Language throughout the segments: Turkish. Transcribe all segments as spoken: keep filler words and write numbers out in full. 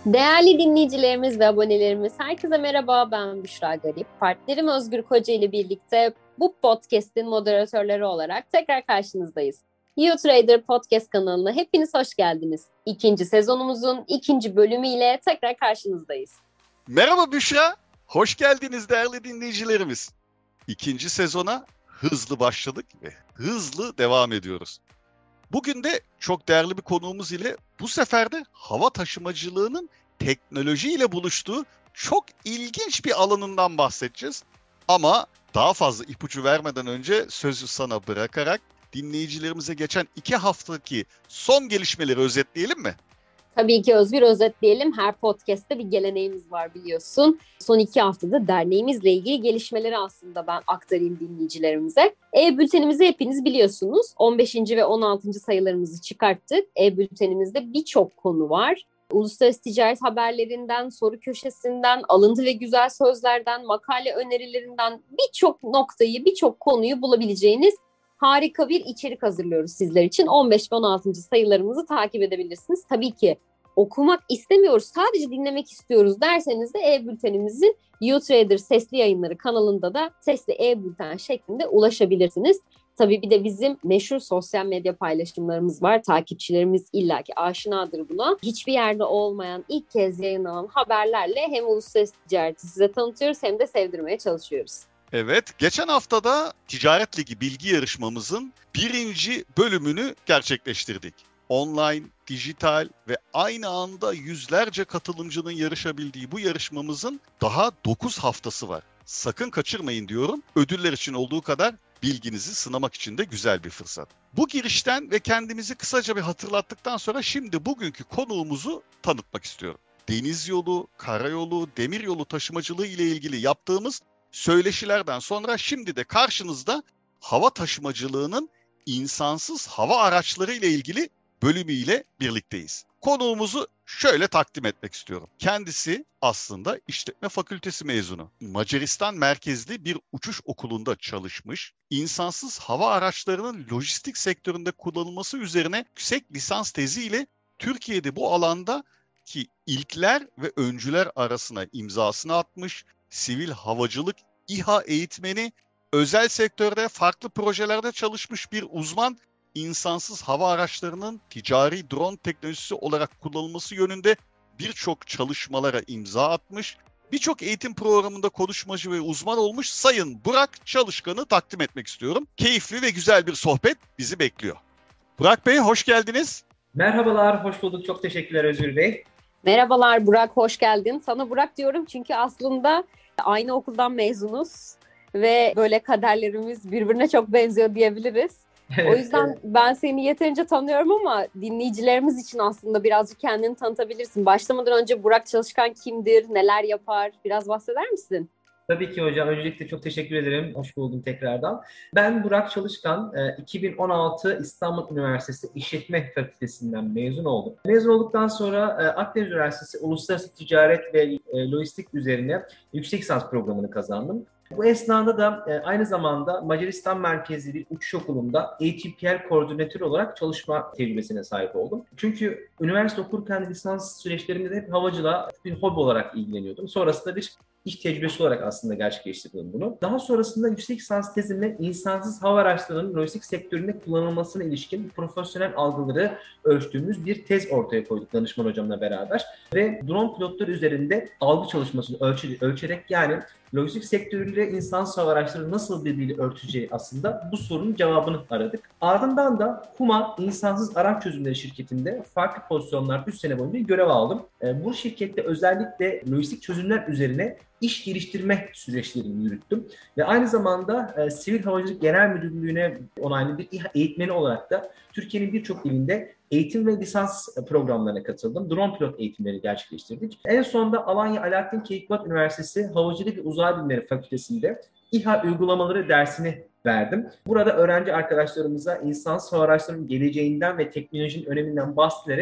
Değerli dinleyicilerimiz ve abonelerimiz, herkese merhaba, ben Büşra Garip. Partnerim Özgür Koca ile birlikte bu podcast'in moderatörleri olarak tekrar karşınızdayız. YouTrader Podcast kanalına hepiniz hoş geldiniz. İkinci sezonumuzun ikinci bölümüyle tekrar karşınızdayız. Merhaba Büşra, hoş geldiniz değerli dinleyicilerimiz. İkinci sezona hızlı başladık ve hızlı devam ediyoruz. Bugün de çok değerli bir konuğumuz ile bu sefer de hava taşımacılığının teknolojiyle buluştuğu çok ilginç bir alanından bahsedeceğiz. Ama daha fazla ipucu vermeden önce sözü sana bırakarak dinleyicilerimize geçen iki haftaki son gelişmeleri özetleyelim mi? Tabii ki Özgür, özetleyelim. Her podcast'te bir geleneğimiz var biliyorsun. Son iki haftada derneğimizle ilgili gelişmeleri aslında ben aktarayım dinleyicilerimize. E-bültenimizi hepiniz biliyorsunuz. on beşinci ve on altıncı sayılarımızı çıkarttık. E-bültenimizde birçok konu var. Uluslararası ticaret haberlerinden, soru köşesinden, alıntı ve güzel sözlerden, makale önerilerinden birçok noktayı, birçok konuyu bulabileceğiniz harika bir içerik hazırlıyoruz sizler için. on beş ve on altıncı sayılarımızı takip edebilirsiniz. Tabii ki okumak istemiyoruz, sadece dinlemek istiyoruz derseniz de e-bültenimizin YouTrader Sesli Yayınları kanalında da sesli e-bülten şeklinde ulaşabilirsiniz. Tabii bir de bizim meşhur sosyal medya paylaşımlarımız var. Takipçilerimiz illaki aşinadır buna. Hiçbir yerde olmayan, ilk kez yayınlanan haberlerle hem uluslararası ticareti size tanıtıyoruz hem de sevdirmeye çalışıyoruz. Evet, geçen haftada Ticaret Ligi bilgi yarışmamızın birinci bölümünü gerçekleştirdik. Online, dijital ve aynı anda yüzlerce katılımcının yarışabildiği bu yarışmamızın daha dokuz haftası var. Sakın kaçırmayın diyorum. Ödüller için olduğu kadar bilginizi sınamak için de güzel bir fırsat. Bu girişten ve kendimizi kısaca bir hatırlattıktan sonra şimdi bugünkü konuğumuzu tanıtmak istiyorum. Deniz yolu, karayolu, demiryolu taşımacılığı ile ilgili yaptığımız söyleşilerden sonra şimdi de karşınızda hava taşımacılığının insansız hava araçları ile ilgili bölümüyle birlikteyiz. Konuğumuzu şöyle takdim etmek istiyorum. Kendisi aslında işletme fakültesi mezunu. Macaristan merkezli bir uçuş okulunda çalışmış. İnsansız hava araçlarının lojistik sektöründe kullanılması üzerine yüksek lisans teziyle Türkiye'de bu alanda ki ilkler ve öncüler arasına imzasını atmış. Sivil havacılık İHA eğitmeni, özel sektörde farklı projelerde çalışmış bir uzman, insansız hava araçlarının ticari drone teknolojisi olarak kullanılması yönünde birçok çalışmalara imza atmış, birçok eğitim programında konuşmacı ve uzman olmuş Sayın Burak Çalışkan'ı takdim etmek istiyorum. Keyifli ve güzel bir sohbet bizi bekliyor. Burak Bey, hoş geldiniz. Merhabalar, hoş bulduk. Çok teşekkürler Özgür Bey. Merhabalar Burak, hoş geldin. Sana Burak diyorum çünkü aslında aynı okuldan mezunuz ve böyle kaderlerimiz birbirine çok benziyor diyebiliriz. Evet, o yüzden evet. Ben seni yeterince tanıyorum ama dinleyicilerimiz için aslında birazcık kendini tanıtabilirsin. Başlamadan önce Burak Çalışkan kimdir, neler yapar? Biraz bahseder misin? Tabii ki hocam. Öncelikle çok teşekkür ederim. Hoş buldum tekrardan. Ben Burak Çalışkan. iki bin on altı İstanbul Üniversitesi İşletme Fakültesinden mezun oldum. Mezun olduktan sonra Akdeniz Üniversitesi Uluslararası Ticaret ve Lojistik üzerine yüksek lisans programını kazandım. Bu esnada da aynı zamanda Macaristan merkezli bir uçuş okulunda A T P L koordinatör olarak çalışma tecrübesine sahip oldum. Çünkü üniversite okurken lisans süreçlerimde de hep havacılığa bir hobi olarak ilgileniyordum. Sonrasında bir iş tecrübesi olarak aslında gerçekleştirdim bunu. Daha sonrasında yüksek lisans tezimle insansız hava araçlarının lojistik sektöründe kullanılmasına ilişkin profesyonel algıları ölçtüğümüz bir tez ortaya koyduk danışman hocamla beraber. Ve drone pilotları üzerinde algı çalışmasını ölçe- ölçerek yani lojistik sektörüyle insansız hava araçları nasıl birbiriyle örteceği aslında bu sorunun cevabını aradık. Ardından da Huma İnsansız Araç Çözümleri şirketinde farklı pozisyonlarda üç sene boyunca görev aldım. Bu şirkette özellikle lojistik çözümler üzerine iş geliştirme süreçlerini yürüttüm. Ve aynı zamanda e, Sivil Havacılık Genel Müdürlüğü'ne onaylı bir İHA eğitmeni olarak da Türkiye'nin birçok ilinde eğitim ve lisans programlarına katıldım. Drone pilot eğitimleri gerçekleştirdik. En sonunda Alanya Alaaddin Keykubat Üniversitesi Havacılık ve Uzay Bilimleri Fakültesi'nde İHA uygulamaları dersini verdim. Burada öğrenci arkadaşlarımıza insansız hava araçlarının geleceğinden ve teknolojinin öneminden bahsederek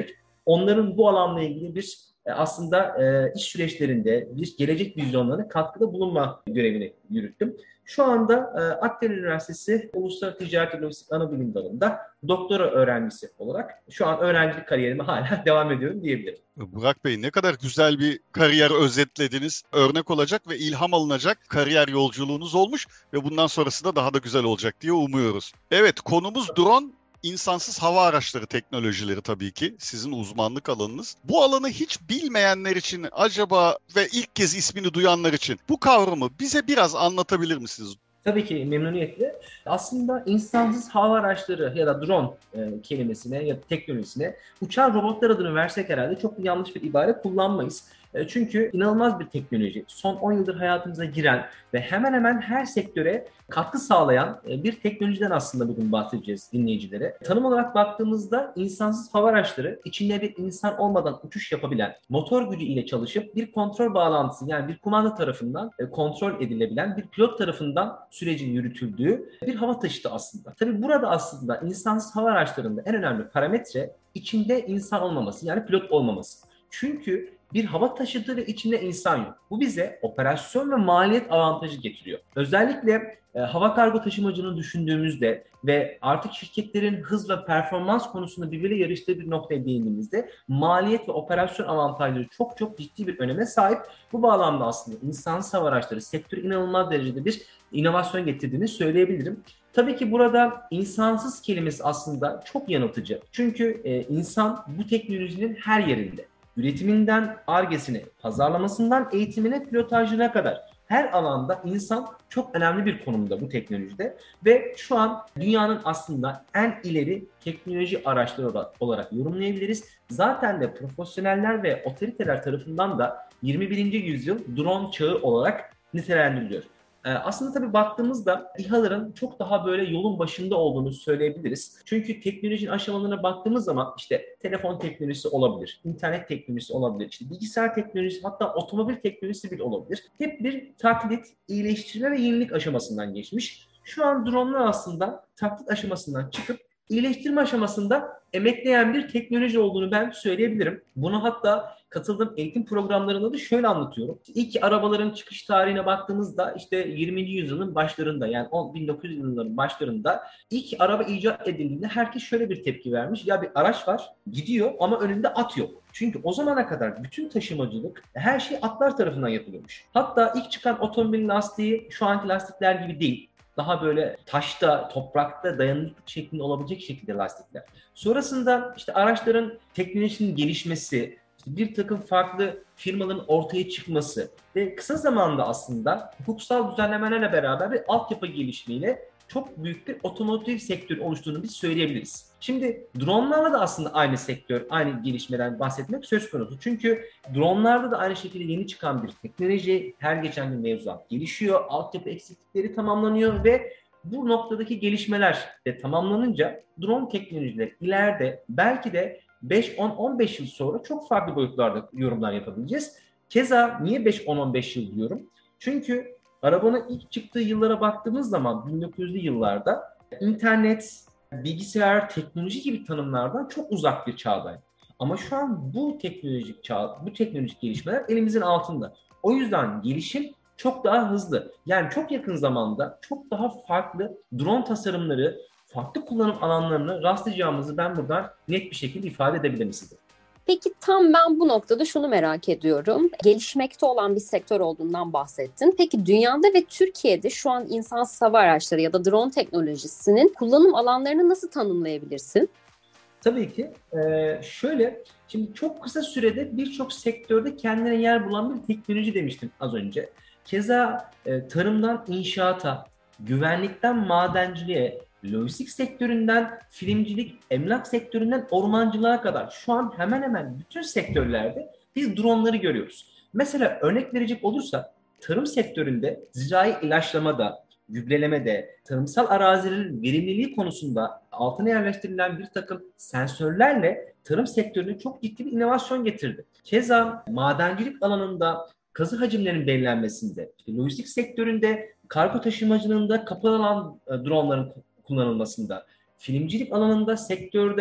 onların bu alanla ilgili bir e, aslında e, iş süreçlerinde bir gelecek vizyonlarına katkıda bulunma görevini yürüttüm. Şu anda e, Akdeniz Üniversitesi Uluslararası Ticaret ve Lojistik Anabilim Dalı'nda doktora öğrencisi olarak şu an öğrencilik kariyerime hala devam ediyorum diyebilirim. Burak Bey, ne kadar güzel bir kariyer özetlediniz. Örnek olacak ve ilham alınacak kariyer yolculuğunuz olmuş ve bundan sonrası da daha da güzel olacak diye umuyoruz. Evet, konumuz drone. İnsansız hava araçları teknolojileri tabii ki sizin uzmanlık alanınız. Bu alanı hiç bilmeyenler için acaba ve ilk kez ismini duyanlar için bu kavramı bize biraz anlatabilir misiniz? Tabii ki memnuniyetle. Aslında insansız hava araçları ya da drone e, kelimesine ya da teknolojisine uçan robotlar adını versek herhalde çok yanlış bir ibare kullanmayız. E, çünkü inanılmaz bir teknoloji. Son on yıldır hayatımıza giren ve hemen hemen her sektöre katkı sağlayan e, bir teknolojiden aslında bugün bahsedeceğiz dinleyicilere. Tanım olarak baktığımızda insansız hava araçları içinde bir insan olmadan uçuş yapabilen, motor gücü ile çalışıp bir kontrol bağlantısı yani bir kumanda tarafından e, kontrol edilebilen, bir pilot tarafından sürecin yürütüldüğü bir hava taşıtı aslında. Tabii burada aslında insansız hava araçlarında en önemli parametre içinde insan olmaması yani pilot olmaması. Çünkü bir hava taşıtı ve içinde insan yok. Bu bize operasyon ve maliyet avantajı getiriyor. Özellikle e, hava kargo taşımacını düşündüğümüzde ve artık şirketlerin hız ve performans konusunda birbiriyle yarıştığı bir noktaya değindiğimizde maliyet ve operasyon avantajları çok çok ciddi bir öneme sahip. Bu bağlamda aslında insansız hava araçları sektörü inanılmaz derecede bir inovasyon getirdiğini söyleyebilirim. Tabii ki burada insansız kelimesi aslında çok yanıltıcı. Çünkü e, insan bu teknolojinin her yerinde. Üretiminden Ar-Ge'sine, pazarlamasından eğitimine, pilotajına kadar her alanda insan çok önemli bir konumda bu teknolojide ve şu an dünyanın aslında en ileri teknoloji araçları olarak yorumlayabiliriz. Zaten de profesyoneller ve otoriteler tarafından da yirmi birinci yüzyıl drone çağı olarak nitelendiriliyor. Aslında tabii baktığımızda İHA'ların çok daha böyle yolun başında olduğunu söyleyebiliriz. Çünkü teknolojinin aşamalarına baktığımız zaman işte telefon teknolojisi olabilir, internet teknolojisi olabilir, işte bilgisayar teknolojisi hatta otomobil teknolojisi bile olabilir. Hep bir taklit, iyileştirme ve yenilik aşamasından geçmiş. Şu an dronelar aslında taklit aşamasından çıkıp iyileştirme aşamasında emekleyen bir teknoloji olduğunu ben söyleyebilirim. Bunu hatta katıldığım eğitim programlarında da şöyle anlatıyorum. İlk arabaların çıkış tarihine baktığımızda işte yirminci yüzyılın başlarında yani bin dokuz yüz yılların başlarında ilk araba icat edildiğinde herkes şöyle bir tepki vermiş. Ya bir araç var gidiyor ama önünde at yok. Çünkü o zamana kadar bütün taşımacılık her şey atlar tarafından yapılıyormuş. Hatta ilk çıkan otomobil lastiği şu anki lastikler gibi değil. Daha böyle taşta, toprakta dayanıklılık şeklinde olabilecek şekilde lastikler. Sonrasında işte araçların teknolojisinin gelişmesi, işte bir takım farklı firmaların ortaya çıkması ve kısa zamanda aslında hukuksal düzenlemelerle beraber bir altyapı gelişimiyle çok büyük bir otomotiv sektörü oluştuğunu biz söyleyebiliriz. Şimdi dronlarla da aslında aynı sektör, aynı gelişmeden bahsetmek söz konusu. Çünkü dronlarda da aynı şekilde yeni çıkan bir teknoloji, her geçen gün mevzuat gelişiyor, altyapı eksiklikleri tamamlanıyor ve bu noktadaki gelişmeler de tamamlanınca drone teknolojileri ileride belki de beş on on beş yıl sonra çok farklı boyutlarda yorumlar yapabileceğiz. Keza niye beş on on beş yıl diyorum? Çünkü arabanın ilk çıktığı yıllara baktığımız zaman bin dokuz yüzlü yıllarda internet, bilgisayar, teknoloji gibi tanımlardan çok uzak bir çağdaydı. Ama şu an bu teknolojik çağ, bu teknolojik gelişmeler elimizin altında. O yüzden gelişim çok daha hızlı. Yani çok yakın zamanda çok daha farklı drone tasarımları, farklı kullanım alanlarına rastlayacağımızı ben buradan net bir şekilde ifade edebilirim size. Peki tam ben bu noktada şunu merak ediyorum. Gelişmekte olan bir sektör olduğundan bahsettin. Peki dünyada ve Türkiye'de şu an insansız hava araçları ya da drone teknolojisinin kullanım alanlarını nasıl tanımlayabilirsin? Tabii ki. Ee, şöyle, şimdi çok kısa sürede birçok sektörde kendine yer bulan bir teknoloji demiştim az önce. Keza e, tarımdan inşaata, güvenlikten madenciliğe, lojistik sektöründen filmcilik, emlak sektöründen ormancılığa kadar şu an hemen hemen bütün sektörlerde biz dronları görüyoruz. Mesela örnek verecek olursa tarım sektöründe zirai ilaçlamada, gübrelemede, tarımsal arazilerin verimliliği konusunda altına yerleştirilen bir takım sensörlerle tarım sektörüne çok ciddi bir inovasyon getirdi. Keza madencilik alanında kazı hacimlerinin belirlenmesinde, işte lojistik sektöründe kargo taşımacılığında kapalı alan dronların kullanılmasında, filmcilik alanında sektörde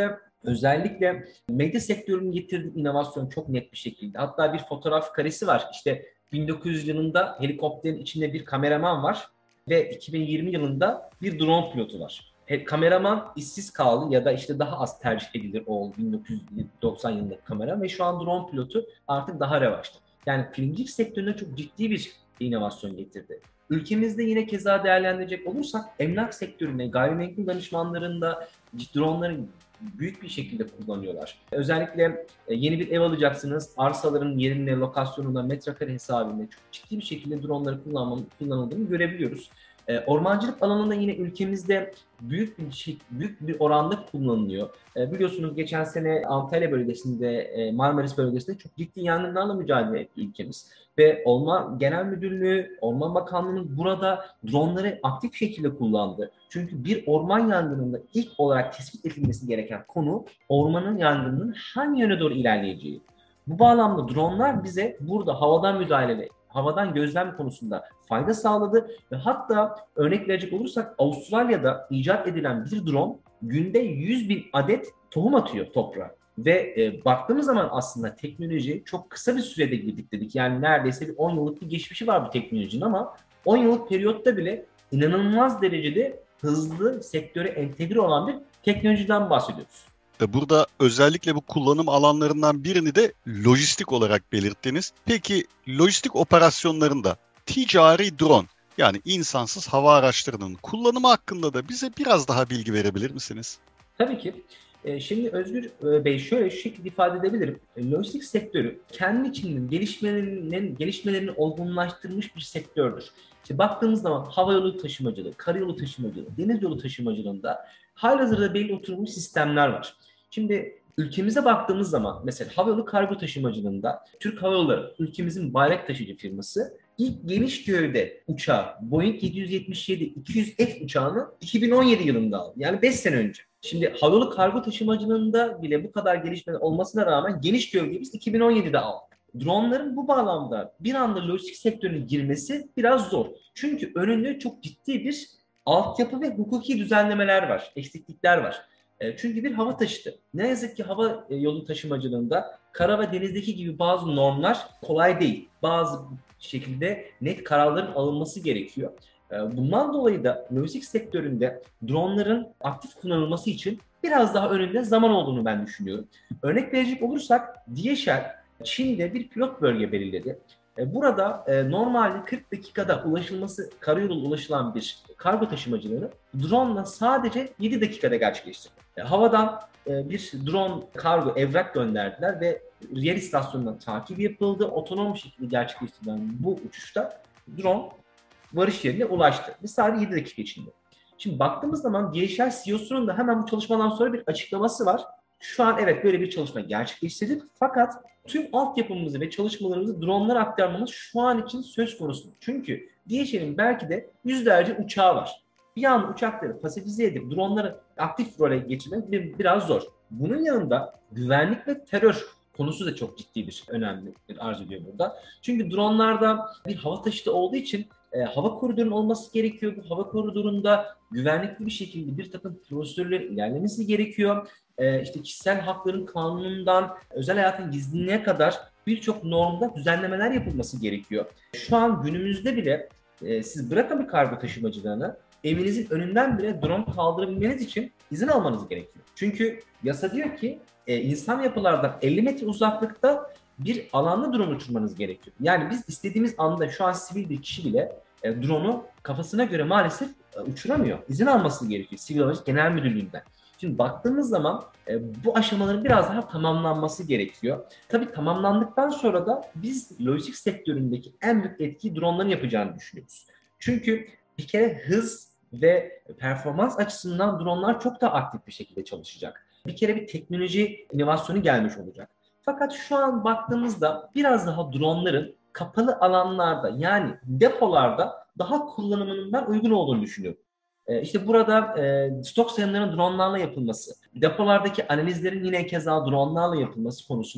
Özellikle medya sektörünün getirdiği inovasyon çok net bir şekilde. Hatta bir fotoğraf karesi var. İşte bin dokuz yüz yılında helikopterin içinde bir kameraman var ve iki bin yirmi yılında bir drone pilotu var. He, kameraman işsiz kaldı ya da işte daha az tercih edilir o bin dokuz yüz doksan yılındaki kamera ve şu an drone pilotu artık daha revaçta. Yani filmcilik sektörüne çok ciddi bir inovasyon getirdi. Ülkemizde yine keza değerlendirecek olursak emlak sektöründe, gayrimenkul danışmanlarında dronları büyük bir şekilde kullanıyorlar. Özellikle yeni bir ev alacaksınız, arsaların yerine, lokasyonuna, metrekare hesabında çok ciddi bir şekilde dronları kullanıldığını görebiliyoruz. Ormancılık alanında yine ülkemizde büyük bir şey, büyük bir oranda kullanılıyor. Biliyorsunuz geçen sene Antalya bölgesinde, Marmaris bölgesinde çok ciddi yangınlarla mücadele etti ülkemiz. Ve Orman Genel Müdürlüğü, Orman Bakanlığı'nın burada dronları aktif şekilde kullandı. Çünkü bir orman yangınında ilk olarak tespit edilmesi gereken konu ormanın yangınının hangi yöne doğru ilerleyeceği. Bu bağlamda dronlar bize burada havadan müdahale ve havadan gözlem konusunda fayda sağladı ve hatta örnek verecek olursak Avustralya'da icat edilen bir drone günde yüz bin adet tohum atıyor toprağa. Ve e, baktığımız zaman aslında teknoloji çok kısa bir sürede girdik dedik. Yani neredeyse bir on yıllık bir geçmişi var bu teknolojinin ama on yıllık periyotta bile inanılmaz derecede hızlı sektöre entegre olan bir teknolojiden bahsediyoruz. Burada özellikle bu kullanım alanlarından birini de lojistik olarak belirttiniz. Peki lojistik operasyonlarında ticari drone yani insansız hava araçlarının kullanımı hakkında da bize biraz daha bilgi verebilir misiniz? Tabii ki. Şimdi Özgür Bey şöyle şu şekilde ifade edebilirim. Lojistik sektörü kendi içinde gelişmelerinin, gelişmelerini olgunlaştırmış bir sektördür. İşte baktığımız zaman havayolu taşımacılığı, karayolu taşımacılığı, deniz yolu taşımacılığında halihazırda belli oturmuş sistemler var. Şimdi ülkemize baktığımız zaman mesela havayolu kargo taşımacılığında Türk Hava Yolları ülkemizin bayrak taşıyıcı firması ilk geniş gövde uçağı Boeing yedi yüz yetmiş yedi iki yüz F uçağını iki bin on yedi yılında aldı. Yani beş sene önce. Şimdi havayolu kargo taşımacılığında bile bu kadar gelişmeler olmasına rağmen geniş gövdeyi biz iki bin on yedide aldık. Dronların bu bağlamda bir anda lojistik sektörüne girmesi biraz zor. Çünkü önünde çok ciddi bir altyapı ve hukuki düzenlemeler var, eksiklikler var. Çünkü bir hava taşıtı. Ne yazık ki hava yolu taşımacılığında kara ve denizdeki gibi bazı normlar kolay değil. Bazı şekilde net kararların alınması gerekiyor. Bundan dolayı da lojistik sektöründe dronların aktif kullanılması için biraz daha önünde zaman olduğunu ben düşünüyorum. Örnek verecek olursak D H L Çin'de bir pilot bölge belirledi. Burada normalde kırk dakikada ulaşılması, karayolu ulaşılan bir kargo taşımacılığını drone ile sadece yedi dakikada gerçekleştirdi. Havadan bir drone kargo evrak gönderdiler ve yer istasyonundan takip yapıldı. Otonom bir şekilde gerçekleştirilen bu uçuşta drone varış yerine ulaştı. Ve sadece yedi dakika içinde. Şimdi baktığımız zaman D H L C E O'sunun da hemen bu çalışmadan sonra bir açıklaması var. Şu an evet böyle bir çalışma gerçekleştirdik fakat tüm altyapımızı ve çalışmalarımızı dronlara aktarmamız şu an için söz konusu. Çünkü D H L'in belki de yüzlerce uçağı var. Bir anda uçakları pasifize edip dronları aktif role geçirmek biraz zor. Bunun yanında güvenlik ve terör konusu da çok ciddi bir önemli bir arz ediyor burada. Çünkü dronlarda bir hava taşıtı olduğu için e, hava koridorunun olması gerekiyor. Bu hava koridorunda güvenlikli bir şekilde bir takım prosedürlerin ilerlemesi gerekiyor. E, işte kişisel hakların kanunundan özel hayatın gizliliğine kadar birçok normda düzenlemeler yapılması gerekiyor. Şu an günümüzde bile e, siz bırakın bir kargo taşımacılığını, evinizin önünden bile drone kaldırabilmeniz için izin almanız gerekiyor. Çünkü yasa diyor ki e, insan yapılardan elli metre uzaklıkta bir alanda drone uçurmanız gerekiyor. Yani biz istediğimiz anda şu an sivil bir kişi bile e, drone'u kafasına göre maalesef e, uçuramıyor. İzin alması gerekiyor Sivil Havacılık Genel Müdürlüğü'nden. Şimdi baktığımız zaman e, bu aşamaların biraz daha tamamlanması gerekiyor. Tabii tamamlandıktan sonra da biz lojistik sektöründeki en büyük etkiyi dronların yapacağını düşünüyoruz. Çünkü bir kere hız ve performans açısından dronlar çok daha aktif bir şekilde çalışacak. Bir kere bir teknoloji inovasyonu gelmiş olacak. Fakat şu an baktığımızda biraz daha dronların kapalı alanlarda yani depolarda daha kullanımının ben uygun olduğunu düşünüyorum. Ee, işte burada e, stok sayımlarının dronlarla yapılması, depolardaki analizlerin yine keza dronlarla yapılması konusunda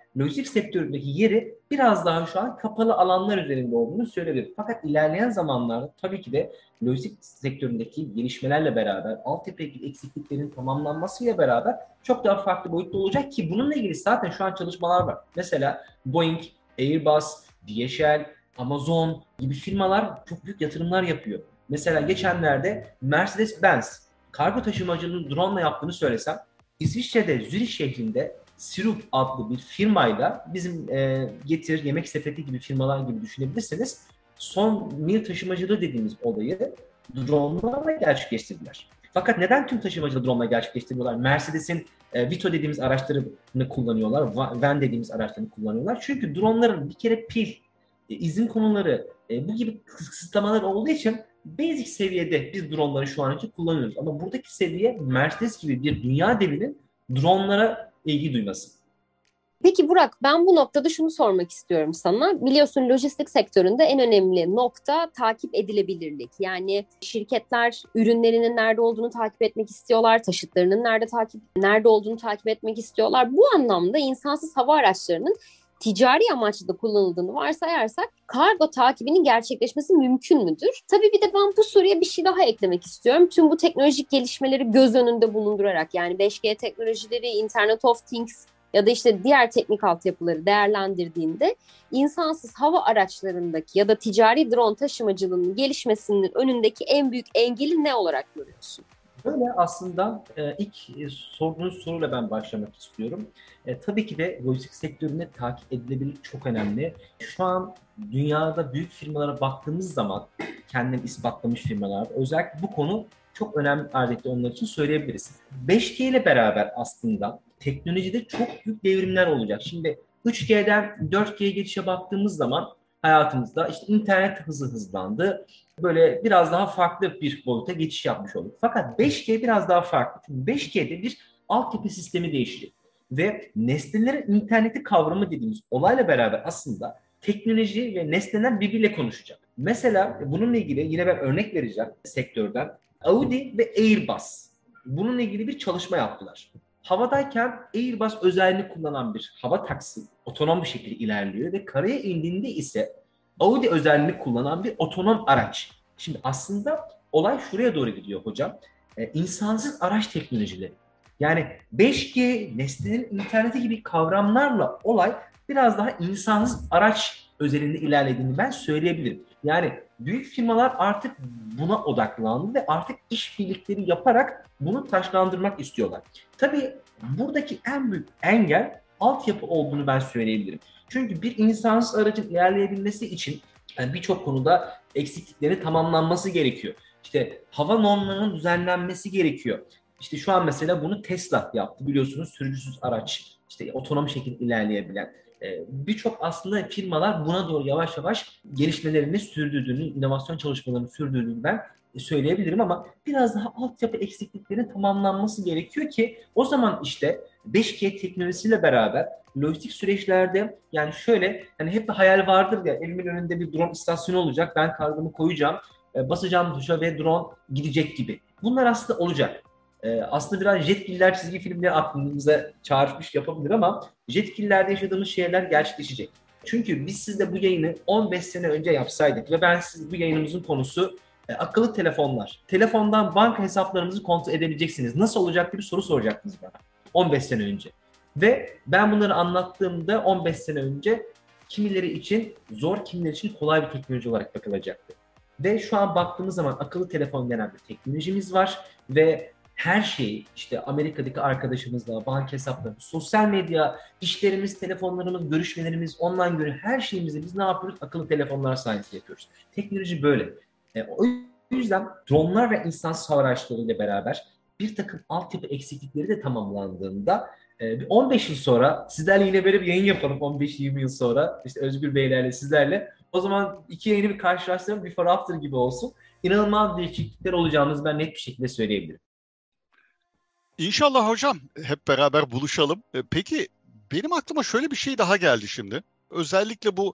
lojistik sektöründeki yeri biraz daha şu an kapalı alanlar üzerinde olduğunu söyleyebilirim. Fakat ilerleyen zamanlarda tabii ki de lojistik sektöründeki gelişmelerle beraber, altyapı eksikliklerinin tamamlanmasıyla beraber çok daha farklı boyutta olacak ki bununla ilgili zaten şu an çalışmalar var. Mesela Boeing, Airbus, D H L, Amazon gibi firmalar çok büyük yatırımlar yapıyor. Mesela geçenlerde Mercedes-Benz kargo taşımacılığını drone ile yaptığını söylesem, İsviçre'de Zürich şehrinde Sirup adlı bir firmayla bizim e, Getir, Yemek Sepeti gibi firmalar gibi düşünebilirsiniz. Son mil taşımacılığı dediğimiz olayı drone'larla gerçekleştirdiler. Fakat neden tüm taşımacılığı drone'la gerçekleştiriyorlar? Mercedes'in e, Vito dediğimiz araçlarını kullanıyorlar, Van dediğimiz araçlarını kullanıyorlar. Çünkü drone'ların bir kere pil, e, izin konuları, e, bu gibi kısıtlamalar olduğu için basic seviyede biz drone'ları şu an için kullanıyoruz. Ama buradaki seviye Mercedes gibi bir dünya devinin drone'lara ilgi duyması. Peki Burak, ben bu noktada şunu sormak istiyorum sana. Biliyorsun lojistik sektöründe en önemli nokta takip edilebilirlik. Yani şirketler ürünlerinin nerede olduğunu takip etmek istiyorlar, taşıtlarının nerede takip nerede olduğunu takip etmek istiyorlar. Bu anlamda insansız hava araçlarının ticari amaçlı kullanıldığını varsayarsak kargo takibinin gerçekleşmesi mümkün müdür? Tabii bir de ben bu soruya bir şey daha eklemek istiyorum. Tüm bu teknolojik gelişmeleri göz önünde bulundurarak, yani beş G teknolojileri, Internet of Things ya da işte diğer teknik altyapıları değerlendirdiğinde insansız hava araçlarındaki ya da ticari drone taşımacılığının gelişmesinin önündeki en büyük engeli ne olarak görüyorsun? Böyle aslında e, ilk e, sorduğunuz soruyla ben başlamak istiyorum. E, tabii ki de lojistik sektöründe takip edilebilirlik çok önemli. Şu an dünyada büyük firmalara baktığımız zaman, kendini ispatlamış firmalar, özellikle bu konu çok önemli arz etti onlar için söyleyebiliriz. beş G ile beraber aslında teknolojide çok büyük devrimler olacak. Şimdi üç G'den dört G'ye geçişe baktığımız zaman hayatımızda işte internet hızı hızlandı. Böyle biraz daha farklı bir boyuta geçiş yapmış olduk. Fakat beş G biraz daha farklı. Çünkü beş G'de bir altyapı sistemi değişecek. Ve nesnelerin interneti kavramı dediğimiz olayla beraber aslında teknoloji ve nesneler birbiriyle konuşacak. Mesela bununla ilgili yine ben örnek vereceğim sektörden. Audi ve Airbus bununla ilgili bir çalışma yaptılar. Havadayken Airbus özelliğini kullanan bir hava taksi otonom bir şekilde ilerliyor ve karaya indiğinde ise Audi özelliğini kullanan bir otonom araç. Şimdi aslında olay şuraya doğru gidiyor hocam. Ee, insansız araç teknolojileri. Yani beş G, nesnenin interneti gibi kavramlarla olay biraz daha insansız araç özelinde ilerlediğini ben söyleyebilirim. Yani büyük firmalar artık buna odaklandı ve artık işbirlikleri yaparak bunu taşlandırmak istiyorlar. Tabii buradaki en büyük engel altyapı olduğunu ben söyleyebilirim. Çünkü bir insansız aracın ilerleyebilmesi için yani birçok konuda eksiklikleri tamamlanması gerekiyor. İşte hava normlarının düzenlenmesi gerekiyor. İşte şu an mesela bunu Tesla yaptı, biliyorsunuz, sürücüsüz araç, işte otonom şekilde ilerleyebilen. Ee, birçok aslında firmalar buna doğru yavaş yavaş gelişmelerini sürdürdüğünü, inovasyon çalışmalarını sürdürdüğünü ben söyleyebilirim ama biraz daha altyapı eksikliklerinin tamamlanması gerekiyor ki o zaman işte beş G teknolojisiyle beraber lojistik süreçlerde, yani şöyle, hani hep bir hayal vardır ya, evimin önünde bir drone istasyonu olacak, ben kargomu koyacağım, basacağım tuşa ve drone gidecek gibi. Bunlar aslında olacak. Ee, aslında biraz Jetgiller çizgi filmleri aklımıza çağrışmış yapabilir ama Jetgiller'de yaşadığımız şeyler gerçekleşecek. Çünkü biz sizle bu yayını on beş sene önce yapsaydık ve ben siz bu yayınımızın konusu e, akıllı telefonlar. Telefondan banka hesaplarınızı kontrol edebileceksiniz. Nasıl olacak gibi bir soru soracaktınız bana on beş sene önce. Ve ben bunları anlattığımda on beş sene önce kimileri için zor, kimileri için kolay bir teknoloji olarak bakılacaktı. Ve şu an baktığımız zaman akıllı telefon denen bir teknolojimiz var ve her şeyi işte Amerika'daki arkadaşımızla, banka hesaplarımız, sosyal medya, işlerimiz, telefonlarımız, görüşmelerimiz, online görü, her şeyimizi biz ne yapıyoruz? Akıllı telefonlar sayesinde yapıyoruz. Teknoloji böyle. E, o yüzden dronlar ve insansız hava araçlarıyla beraber bir takım altyapı eksiklikleri de tamamlandığında e, on beş yıl sonra sizlerle yine böyle bir yayın yapalım, on beş yirmi yıl sonra işte Özgür Beylerle, sizlerle. O zaman iki yayını bir karşılaştıralım, before after gibi olsun. İnanılmaz değişiklikler olacağımızı ben net bir şekilde söyleyebilirim. İnşallah hocam, hep beraber buluşalım. Peki benim aklıma şöyle bir şey daha geldi şimdi. Özellikle bu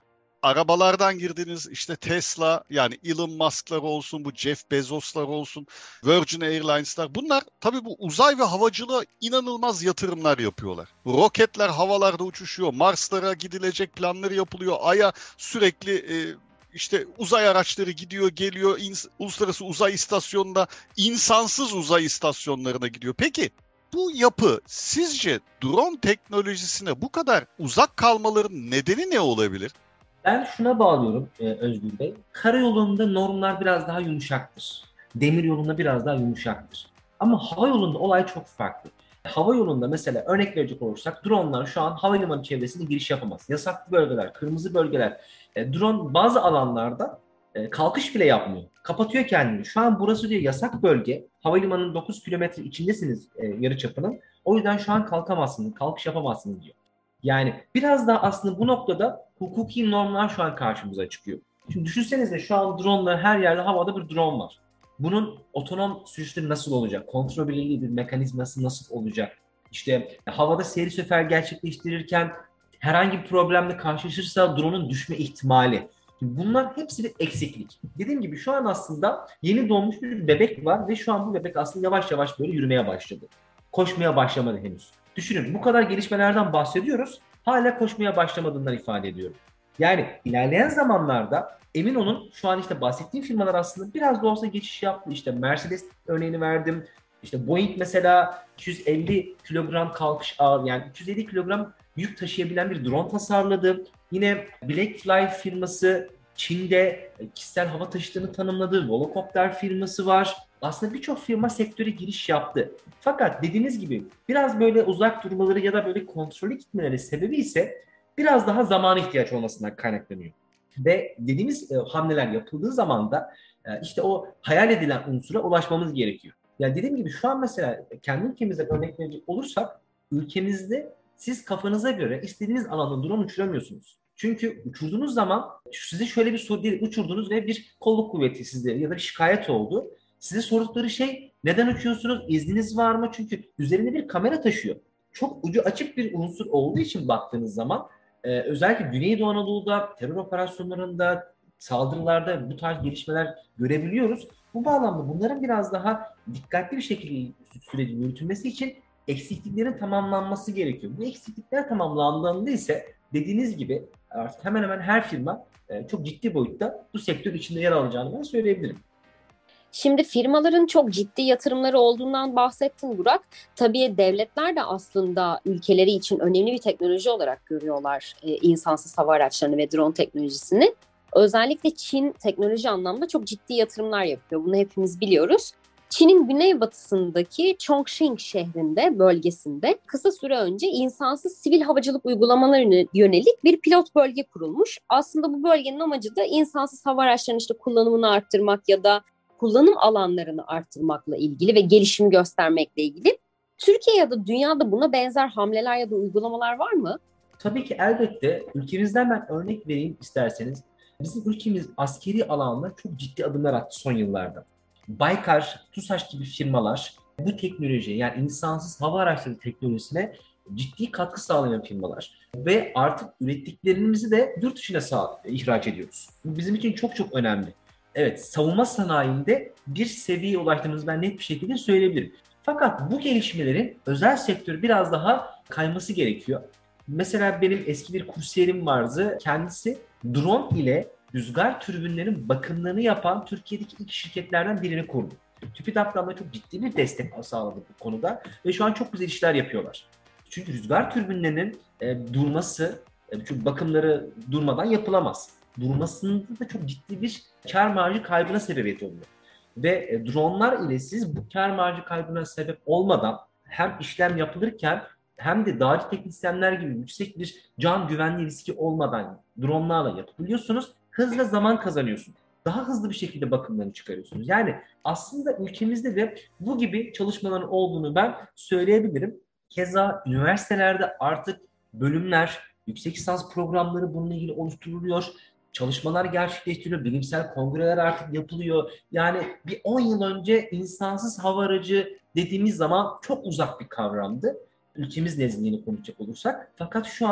arabalardan girdiniz, işte Tesla, yani Elon Musk'lar olsun, bu Jeff Bezos'lar olsun, Virgin Airlines'lar, bunlar tabii bu uzay ve havacılığa inanılmaz yatırımlar yapıyorlar. Bu roketler havalarda uçuşuyor, Mars'lara gidilecek planları yapılıyor, Ay'a sürekli e, işte uzay araçları gidiyor geliyor, ins- uluslararası uzay istasyonunda insansız uzay istasyonlarına gidiyor. Peki bu yapı sizce drone teknolojisine bu kadar uzak kalmaların nedeni ne olabilir? Ben şuna bağlıyorum e, Özgür Bey. Karayolunda normlar biraz daha yumuşaktır. Demir yolunda biraz daha yumuşaktır. Ama hava yolunda olay çok farklı. Hava yolunda mesela örnek verecek olursak dronlar şu an havalimanı çevresine giriş yapamaz. Yasaklı bölgeler, kırmızı bölgeler. E, drone bazı alanlarda e, kalkış bile yapmıyor. Kapatıyor kendini. Şu an burası diyor yasak bölge. Havalimanının dokuz kilometre içindesiniz e, yarıçapının. O yüzden şu an kalkamazsınız, kalkış yapamazsınız diyor. Yani biraz daha aslında bu noktada hukuki normlar şu an karşımıza çıkıyor. Şimdi düşünsenize şu an drone'lar her yerde havada bir drone var. Bunun otonom sürüşleri nasıl olacak? Kontrol birliği bir mekanizması nasıl olacak? İşte havada seyir sefer gerçekleştirirken herhangi bir problemle karşılaşırsa drone'un düşme ihtimali. Şimdi bunlar hepsi bir eksiklik. Dediğim gibi şu an aslında yeni doğmuş bir bebek var ve şu an bu bebek aslında yavaş yavaş böyle yürümeye başladı. Koşmaya başlamadı henüz. Düşünün bu kadar gelişmelerden bahsediyoruz. Hala koşmaya başlamadığından ifade ediyorum. Yani ilerleyen zamanlarda emin olun şu an işte bahsettiğim firmalar aslında biraz da olsa geçiş yaptı. İşte Mercedes örneğini verdim. İşte Boeing mesela iki yüz elli kilogram kalkış ağır yani iki yüz elli kilogram yük taşıyabilen bir drone tasarladı. Yine Blackfly firması Çin'de kişisel hava taşıtını tanımladığı Volocopter firması var. Aslında birçok firma sektöre giriş yaptı. Fakat dediğiniz gibi biraz böyle uzak durmaları ya da böyle kontrollü gitmeleri sebebi ise biraz daha zamana ihtiyaç olmasından kaynaklanıyor. Ve dediğimiz e, hamleler yapıldığı zaman da e, işte o hayal edilen unsura ulaşmamız gerekiyor. Yani dediğim gibi şu an mesela kendi ülkemizden örnek verecek olursak ülkemizde siz kafanıza göre istediğiniz alanda drone uçuramıyorsunuz. Çünkü uçurduğunuz zaman size şöyle bir soru değil, uçurdunuz ve bir kolluk kuvveti sizde ya da bir şikayet oldu. Size sordukları şey neden uçuyorsunuz, izniniz var mı? Çünkü üzerinde bir kamera taşıyor. Çok ucu açık bir unsur olduğu için baktığınız zaman e, özellikle Güneydoğu Anadolu'da terör operasyonlarında, saldırılarda bu tarz gelişmeler görebiliyoruz. Bu bağlamda bunların biraz daha dikkatli bir şekilde sürecin yürütülmesi için eksikliklerin tamamlanması gerekiyor. Bu eksiklikler tamamlandığında ise dediğiniz gibi artık hemen hemen her firma e, çok ciddi boyutta bu sektör içinde yer alacağını ben söyleyebilirim. Şimdi firmaların çok ciddi yatırımları olduğundan bahsettin Burak. Tabii devletler de aslında ülkeleri için önemli bir teknoloji olarak görüyorlar e, insansız hava araçlarını ve drone teknolojisini. Özellikle Çin teknoloji anlamda çok ciddi yatırımlar yapıyor. Bunu hepimiz biliyoruz. Çin'in güneybatısındaki Chongqing şehrinde, bölgesinde kısa süre önce insansız sivil havacılık uygulamalarına yönelik bir pilot bölge kurulmuş. Aslında bu bölgenin amacı da insansız hava araçlarının işte kullanımını arttırmak ya da kullanım alanlarını arttırmakla ilgili ve gelişimi göstermekle ilgili. Türkiye ya da dünyada buna benzer hamleler ya da uygulamalar var mı? Tabii ki elbette. Ülkemizden ben örnek vereyim isterseniz. Bizim ülkemiz askeri alanda çok ciddi adımlar attı son yıllarda. Baykar, TUSAŞ gibi firmalar bu teknolojiye yani insansız hava araçları teknolojisine ciddi katkı sağlayan firmalar. Ve artık ürettiklerimizi de yurt dışına sağ, ihraç ediyoruz. Bu bizim için çok çok önemli. Evet, savunma sanayinde bir seviyeye ulaştığımızı ben net bir şekilde söyleyebilirim. Fakat bu gelişmelerin özel sektör biraz daha kayması gerekiyor. Mesela benim eski bir kursiyerim vardı. Kendisi drone ile rüzgar türbinlerinin bakımlarını yapan Türkiye'deki ilk şirketlerden birini kurdu. TÜBİTAK'tan da çok ciddi bir destek sağladı bu konuda ve şu an çok güzel işler yapıyorlar. Çünkü rüzgar türbinlerinin e, durması, e, çünkü bakımları durmadan yapılamaz. Durmasında da çok ciddi bir kar marjı kaybına sebebiyet oluyor. Ve e, dronlar ile siz bu kar marjı kaybına sebep olmadan hem işlem yapılırken hem de dağcı teknisyenler gibi yüksek bir can güvenliği riski olmadan dronlarla yapabiliyorsunuz. Hız ve zaman kazanıyorsunuz. Daha hızlı bir şekilde bakımlarını çıkarıyorsunuz. Yani aslında ülkemizde de bu gibi çalışmaların olduğunu ben söyleyebilirim. Keza üniversitelerde artık bölümler, yüksek lisans programları bununla ilgili oluşturuluyor. Çalışmalar gerçekleştiriliyor. Bilimsel kongreler artık yapılıyor. Yani bir on yıl önce insansız hava aracı dediğimiz zaman çok uzak bir kavramdı. Ülkemiz nezdinde konuşacak olursak. Fakat şu an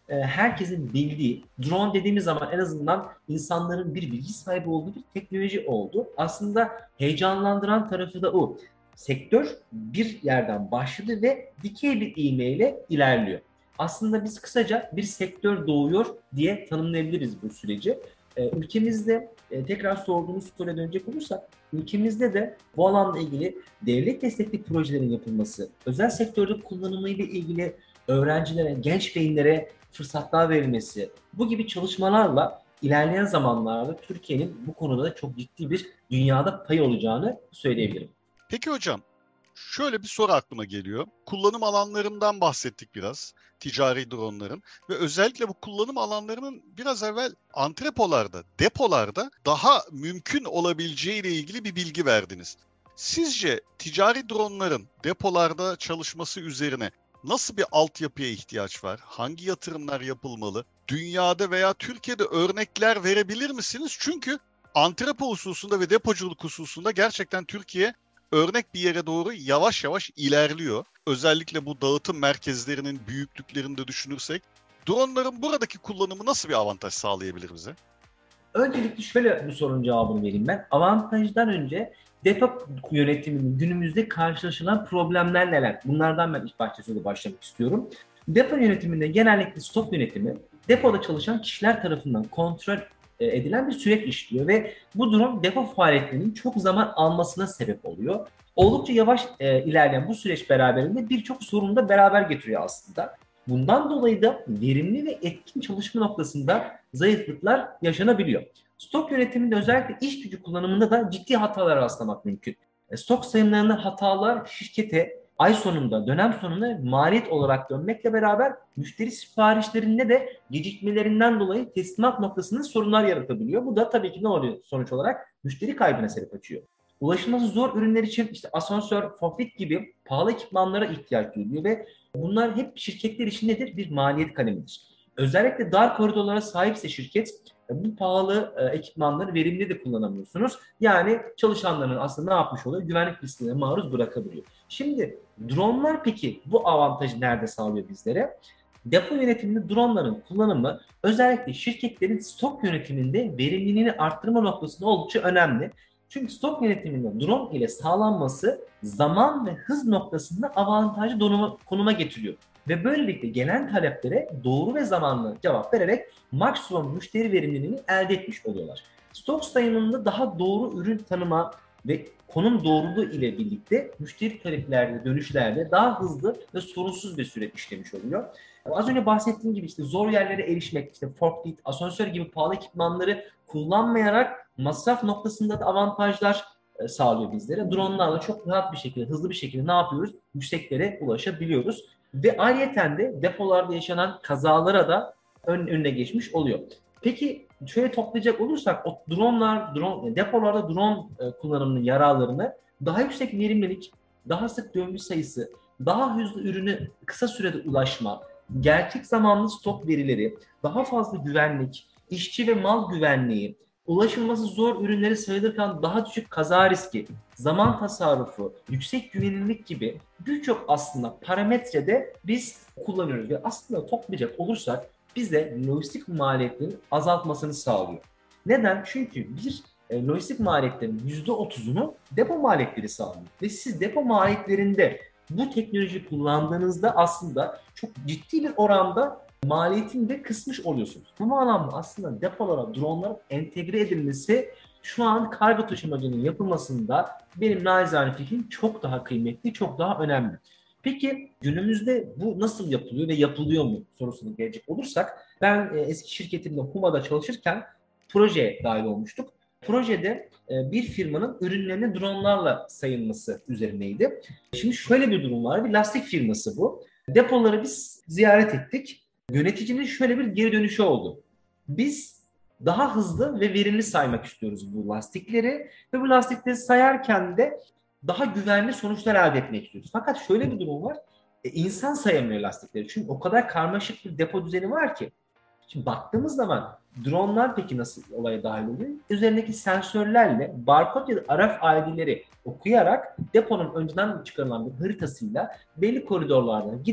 e, herkesin bildiği, drone dediğimiz zaman en azından insanların bir bilgi sahibi olduğu bir teknoloji oldu. Aslında heyecanlandıran tarafı da o. Sektör bir yerden başladı ve dikey bir ivmeyle ilerliyor. Aslında biz kısaca bir sektör doğuyor diye tanımlayabiliriz bu süreci. E, ülkemizde e, tekrar sorduğunuz soruya dönecek olursak, ülkemizde de bu alanla ilgili devlet destekli projelerin yapılması, özel sektörde kullanımı ile ilgili öğrencilere, genç beyinlere fırsatlar verilmesi, bu gibi çalışmalarla ilerleyen zamanlarda Türkiye'nin bu konuda da çok ciddi bir dünyada pay olacağını söyleyebilirim. Peki hocam, şöyle bir soru aklıma geliyor. Kullanım alanlarından bahsettik biraz, ticari dronların ve özellikle bu kullanım alanlarının biraz evvel antrepolarda, depolarda daha mümkün olabileceği ile ilgili bir bilgi verdiniz. Sizce ticari dronların depolarda çalışması üzerine nasıl bir altyapıya ihtiyaç var? Hangi yatırımlar yapılmalı? Dünyada veya Türkiye'de örnekler verebilir misiniz? Çünkü antrepo hususunda ve depoculuk hususunda gerçekten Türkiye örnek bir yere doğru yavaş yavaş ilerliyor. Özellikle bu dağıtım merkezlerinin büyüklüklerini de düşünürsek, dronların buradaki kullanımı nasıl bir avantaj sağlayabilir bize? Öncelikle şöyle bu sorunun cevabını vereyim ben. Avantajdan önce depo yönetiminin günümüzde karşılaşılan problemler neler? Bunlardan ben ilk başta söyle başlamak istiyorum. Depo yönetiminde genellikle stok yönetimi depoda çalışan kişiler tarafından kontrol edilen bir süreç işliyor ve bu durum depo faaliyetlerinin çok zaman almasına sebep oluyor. Oldukça yavaş e, ilerleyen bu süreç beraberinde birçok sorunu da beraber getiriyor aslında. Bundan dolayı da verimli ve etkin çalışma noktasında zayıflıklar yaşanabiliyor. Stok yönetiminde özellikle iş gücü kullanımında da ciddi hatalar rastlamak mümkün. E, stok sayımlarında hatalar şirkete ay sonunda, dönem sonunda maliyet olarak dönmekle beraber müşteri siparişlerinde de gecikmelerinden dolayı teslimat noktasında sorunlar yaratabiliyor. Bu da tabii ki ne oluyor sonuç olarak? Müşteri kaybına sebep açıyor. Ulaşılması zor ürünler için işte asansör, forklift gibi pahalı ekipmanlara ihtiyaç duyuluyor ve bunlar hep şirketler için nedir? Bir maliyet kalemidir. Özellikle dar koridorlara sahipse şirket bu pahalı e, ekipmanları verimli de kullanamıyorsunuz. Yani çalışanların aslında ne yapmış oluyor? Güvenlik risklerine maruz bırakabiliyor. Şimdi dronlar peki bu avantajı nerede sağlıyor bizlere? Depo yönetiminde dronların kullanımı özellikle şirketlerin stok yönetiminde verimliliğini arttırma noktasında oldukça önemli. Çünkü stok yönetiminde drone ile sağlanması zaman ve hız noktasında avantajlı donuma, konuma getiriyor. Ve böylelikle gelen taleplere doğru ve zamanlı cevap vererek maksimum müşteri verimliliğini elde etmiş oluyorlar. Stok sayımında daha doğru ürün tanıma ve konum doğruluğu ile birlikte müşteri taleplerde, dönüşlerde daha hızlı ve sorunsuz bir süreç işlemiş oluyor. Az önce bahsettiğim gibi işte zor yerlere erişmek, işte forklift, asansör gibi pahalı ekipmanları kullanmayarak masraf noktasında da avantajlar sağlıyor bizlere. Drone'larla çok rahat bir şekilde, hızlı bir şekilde ne yapıyoruz? Yükseklere ulaşabiliyoruz. Ve ayrıyeten de depolarda yaşanan kazalara da ön, önüne geçmiş oluyor. Peki şöyle toplayacak olursak o dronelar, drone, depolarda drone e, kullanımının yararlarını daha yüksek verimlilik, daha sık döngü sayısı, daha hızlı ürüne kısa sürede ulaşma, gerçek zamanlı stok verileri, daha fazla güvenlik, işçi ve mal güvenliği, ulaşılması zor ürünleri sayılırken daha düşük kaza riski, zaman tasarrufu, yüksek güvenilirlik gibi birçok aslında parametrede biz kullanıyoruz. Ve aslında toplayacak olursak bize lojistik maliyetlerin azaltmasını sağlıyor. Neden? Çünkü bir e, lojistik maliyetlerin yüzde otuzunu depo maliyetleri sağlıyor. Ve siz depo maliyetlerinde bu teknoloji kullandığınızda aslında çok ciddi bir oranda maliyetini de kısmış oluyorsunuz. Bu bağlamda aslında depolara dronların entegre edilmesi şu an kargo taşımacının yapılmasında benim naçizane fikrim çok daha kıymetli, çok daha önemli. Peki günümüzde bu nasıl yapılıyor ve yapılıyor mu sorusuna gelecek olursak ben eski şirketimde Huma'da çalışırken projeye dahil olmuştuk. Projede bir firmanın ürünlerinin dronlarla sayılması üzerineydi. Şimdi şöyle bir durum var. Bir lastik firması bu. Depoları biz ziyaret ettik. Yöneticinin şöyle bir geri dönüşü oldu. Biz daha hızlı ve verimli saymak istiyoruz bu lastikleri ve bu lastikleri sayarken de daha güvenli sonuçlar elde etmek istiyoruz. Fakat şöyle bir durum var. E, insan sayamıyor lastikleri. Çünkü o kadar karmaşık bir depo düzeni var ki. Şimdi baktığımız zaman dronlar peki nasıl olaya dahil oluyor? Üzerindeki sensörlerle barkod ya da R F I D'leri okuyarak deponun önceden çıkarılan bir haritasıyla belli koridorlardan gidip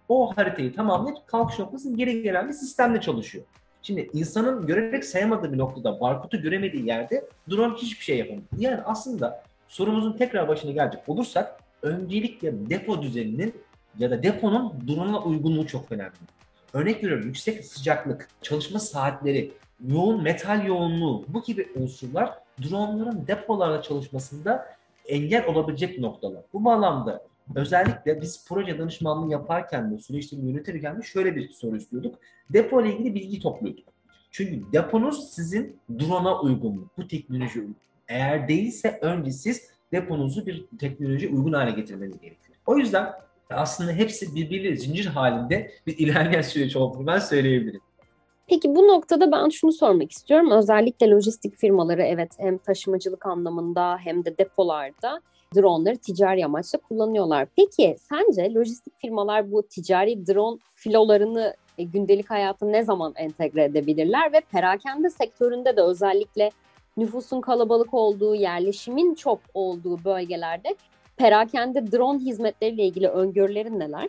o haritayı tamamlayıp kalkış noktasının geri gelen bir sistemle çalışıyor. Şimdi insanın görerek sayamadığı bir noktada, barkodu göremediği yerde drone hiçbir şey yapamıyor. Yani aslında sorumuzun tekrar başına gelecek olursak öncelikle depo düzeninin ya da deponun drone'a uygunluğu çok önemli. Örnek veriyorum, yüksek sıcaklık, çalışma saatleri, yoğun metal yoğunluğu, bu gibi unsurlar droneların depolarda çalışmasında engel olabilecek noktalar. Bu bağlamda özellikle biz proje danışmanlığı yaparken de, süreçleri yönetirken de şöyle bir soru istiyorduk. Depo ile ilgili bilgi topluyorduk. Çünkü deponuz sizin drone'a uygun mu? Bu teknoloji uygun. Eğer değilse önce siz deponuzu bir teknolojiye uygun hale getirmeniz gerekiyor. O yüzden aslında hepsi birbiriyle zincir halinde bir ilerleyen süreç olduğunu ben söyleyebilirim. Peki bu noktada ben şunu sormak istiyorum. Özellikle lojistik firmaları evet hem taşımacılık anlamında hem de depolarda dronları ticari amaçla kullanıyorlar. Peki sence lojistik firmalar bu ticari drone filolarını e, gündelik hayata ne zaman entegre edebilirler ve perakende sektöründe de özellikle nüfusun kalabalık olduğu, yerleşimin çok olduğu bölgelerde perakende drone hizmetleriyle ilgili öngörülerin neler?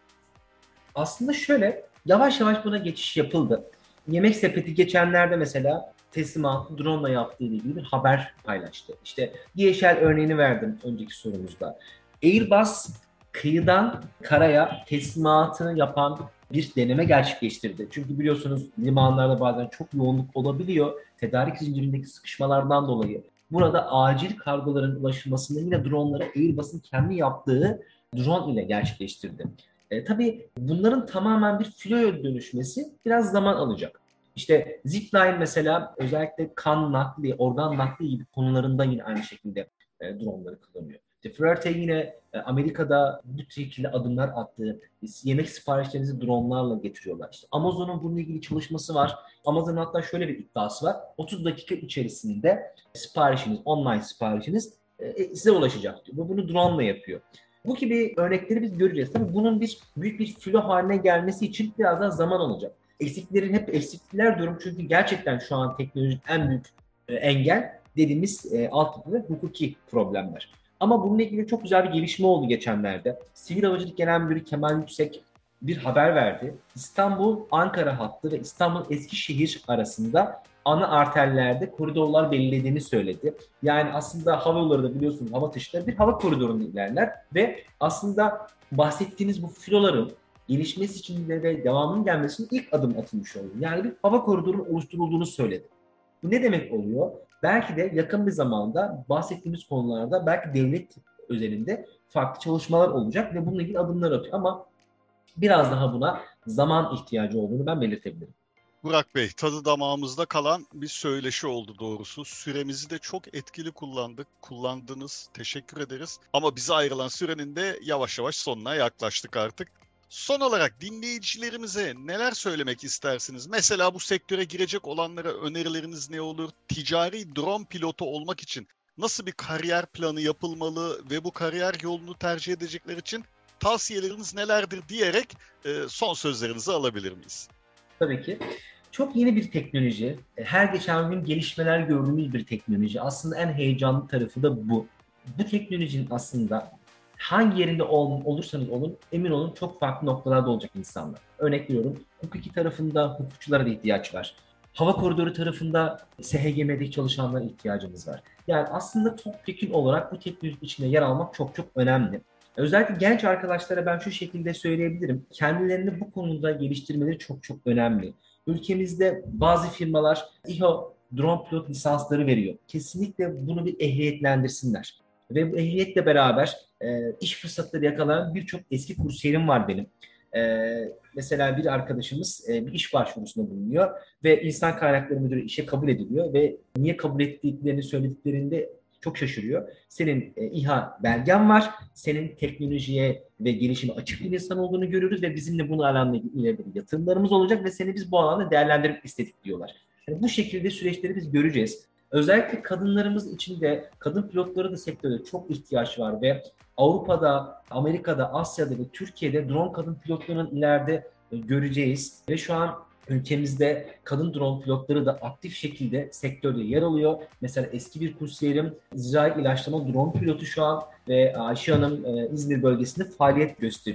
Aslında şöyle, yavaş yavaş buna geçiş yapıldı. Yemek Sepeti geçenlerde mesela teslimatı drone ile yaptığı ile ilgili bir haber paylaştı. İşte D H L örneğini verdim önceki sorumuzda. Airbus kıyıdan karaya teslimatını yapan bir deneme gerçekleştirdi. Çünkü biliyorsunuz limanlarda bazen çok yoğunluk olabiliyor. Tedarik zincirindeki sıkışmalardan dolayı. Burada acil kargoların ulaşılmasını yine dronları Airbus'un kendi yaptığı drone ile gerçekleştirdi. E, tabii bunların tamamen bir filoya dönüşmesi biraz zaman alacak. İşte Zipline mesela özellikle kan nakli, organ nakli gibi konularında yine aynı şekilde e, dronları kullanıyor. İşte Fluerte yine e, Amerika'da bu şekilde adımlar attı. Yemek siparişlerinizi dronelarla getiriyorlar. İşte Amazon'un bununla ilgili çalışması var. Amazon'un hatta şöyle bir iddiası var. otuz dakika içerisinde siparişiniz, online siparişiniz e, size ulaşacak diyor. Bu bunu drone ile yapıyor. Bu gibi örnekleri biz göreceğiz. Tabii bunun bir büyük bir filo haline gelmesi için biraz daha zaman alacak. Eksiklerin hep eksiklikler diyorum çünkü gerçekten şu an teknolojinin en büyük e, engel dediğimiz e, altyapı ve hukuki problemler. Ama bununla ilgili çok güzel bir gelişme oldu geçenlerde. Sivil Havacılık Genel Müdürü Kemal Yüksek bir haber verdi. İstanbul-Ankara hattı ve İstanbul-Eskişehir arasında ana arterlerde koridorlar belirlediğini söyledi. Yani aslında hava yolları da biliyorsunuz hava taşıtları bir hava koridorunda ilerler ve aslında bahsettiğiniz bu filoların gelişmesi için de devamının gelmesinin ilk adım atılmış oldu. Yani bir hava koridorunun oluşturulduğunu söyledi. Bu ne demek oluyor? Belki de yakın bir zamanda bahsettiğimiz konularda belki devlet özelinde farklı çalışmalar olacak ve bununla ilgili adımlar atıyor. Ama biraz daha buna zaman ihtiyacı olduğunu ben belirtebilirim. Burak Bey, tadı damağımızda kalan bir söyleşi oldu doğrusu. Süremizi de çok etkili kullandık. Kullandınız. Teşekkür ederiz. Ama bize ayrılan sürenin de yavaş yavaş sonuna yaklaştık artık. Son olarak dinleyicilerimize neler söylemek istersiniz? Mesela bu sektöre girecek olanlara önerileriniz ne olur? Ticari drone pilotu olmak için nasıl bir kariyer planı yapılmalı ve bu kariyer yolunu tercih edecekler için tavsiyeleriniz nelerdir diyerek e, son sözlerinizi alabilir miyiz? Tabii ki. Çok yeni bir teknoloji. Her geçen gün gelişmeler gördüğümüz bir teknoloji. Aslında en heyecanlı tarafı da bu. Bu teknolojinin aslında hangi yerinde ol, olursanız olun emin olun çok farklı noktalarda olacak insanlar. Örnek veriyorum, hukuki tarafında hukukçulara da ihtiyaç var. Hava koridoru tarafında S H G M'deki çalışanlara ihtiyacımız var. Yani aslında topyekün olarak bu teknolojinin içinde yer almak çok çok önemli. Özellikle genç arkadaşlara ben şu şekilde söyleyebilirim. Kendilerini bu konuda geliştirmeleri çok çok önemli. Ülkemizde bazı firmalar İHA drone pilot lisansları veriyor. Kesinlikle bunu bir ehliyetlendirsinler. Ve bu ehliyetle beraber e, iş fırsatları yakalayan birçok eski kursiyerim var benim. E, mesela bir arkadaşımız e, bir iş başvurusunda bulunuyor ve insan kaynakları müdürü işe kabul ediliyor ve niye kabul ettiklerini söylediklerinde çok şaşırıyor. Senin e, İHA belgen var, senin teknolojiye ve gelişime açık bir insan olduğunu görüyoruz ve bizimle bunu alanda ileride yatırımlarımız olacak ve seni biz bu alanda değerlendirmek istedik diyorlar. Yani bu şekilde süreçleri biz göreceğiz. Özellikle kadınlarımız için de kadın pilotları da sektörde çok ihtiyaç var ve Avrupa'da, Amerika'da, Asya'da ve Türkiye'de drone kadın pilotlarının ileride göreceğiz. Ve şu an ülkemizde kadın drone pilotları da aktif şekilde sektörde yer alıyor. Mesela eski bir kursiyerim zirai ilaçlama drone pilotu şu an ve Ayşe Hanım İzmir bölgesinde faaliyet gösteriyor.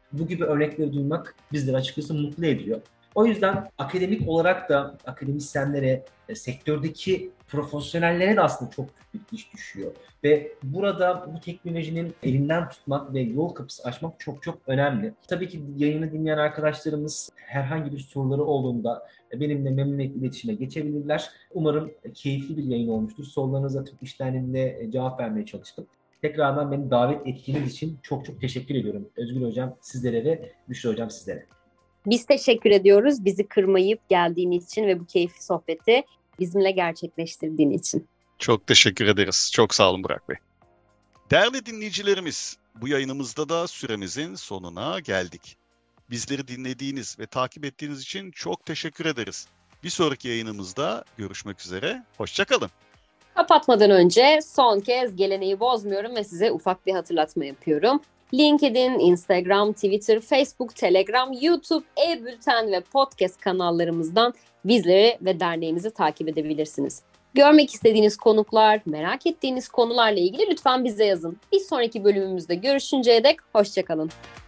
Bu gibi örnekleri duymak bizleri açıkçası mutlu ediyor. O yüzden akademik olarak da akademisyenlere, e, sektördeki profesyonellere de aslında çok büyük bir iş düşüyor. Ve burada bu teknolojinin elinden tutmak ve yol kapısı açmak çok çok önemli. Tabii ki yayını dinleyen arkadaşlarımız herhangi bir soruları olduğunda benimle memnuniyetle iletişime geçebilirler. Umarım keyifli bir yayın olmuştur. Sorularınıza tıp işleminde cevap vermeye çalıştım. Tekrardan beni davet ettiğiniz için çok çok teşekkür ediyorum. Özgür Hocam sizlere ve Büşra Hocam sizlere. Biz teşekkür ediyoruz bizi kırmayıp geldiğin için ve bu keyifli sohbeti bizimle gerçekleştirdiğin için. Çok teşekkür ederiz. Çok sağ olun Burak Bey. Değerli dinleyicilerimiz, bu yayınımızda da süremizin sonuna geldik. Bizleri dinlediğiniz ve takip ettiğiniz için çok teşekkür ederiz. Bir sonraki yayınımızda görüşmek üzere. Hoşça kalın. Kapatmadan önce son kez geleneği bozmuyorum ve size ufak bir hatırlatma yapıyorum. LinkedIn, Instagram, Twitter, Facebook, Telegram, YouTube, e-bülten ve podcast kanallarımızdan bizleri ve derneğimizi takip edebilirsiniz. Görmek istediğiniz konuklar, merak ettiğiniz konularla ilgili lütfen bize yazın. Bir sonraki bölümümüzde görüşünceye dek hoşça kalın.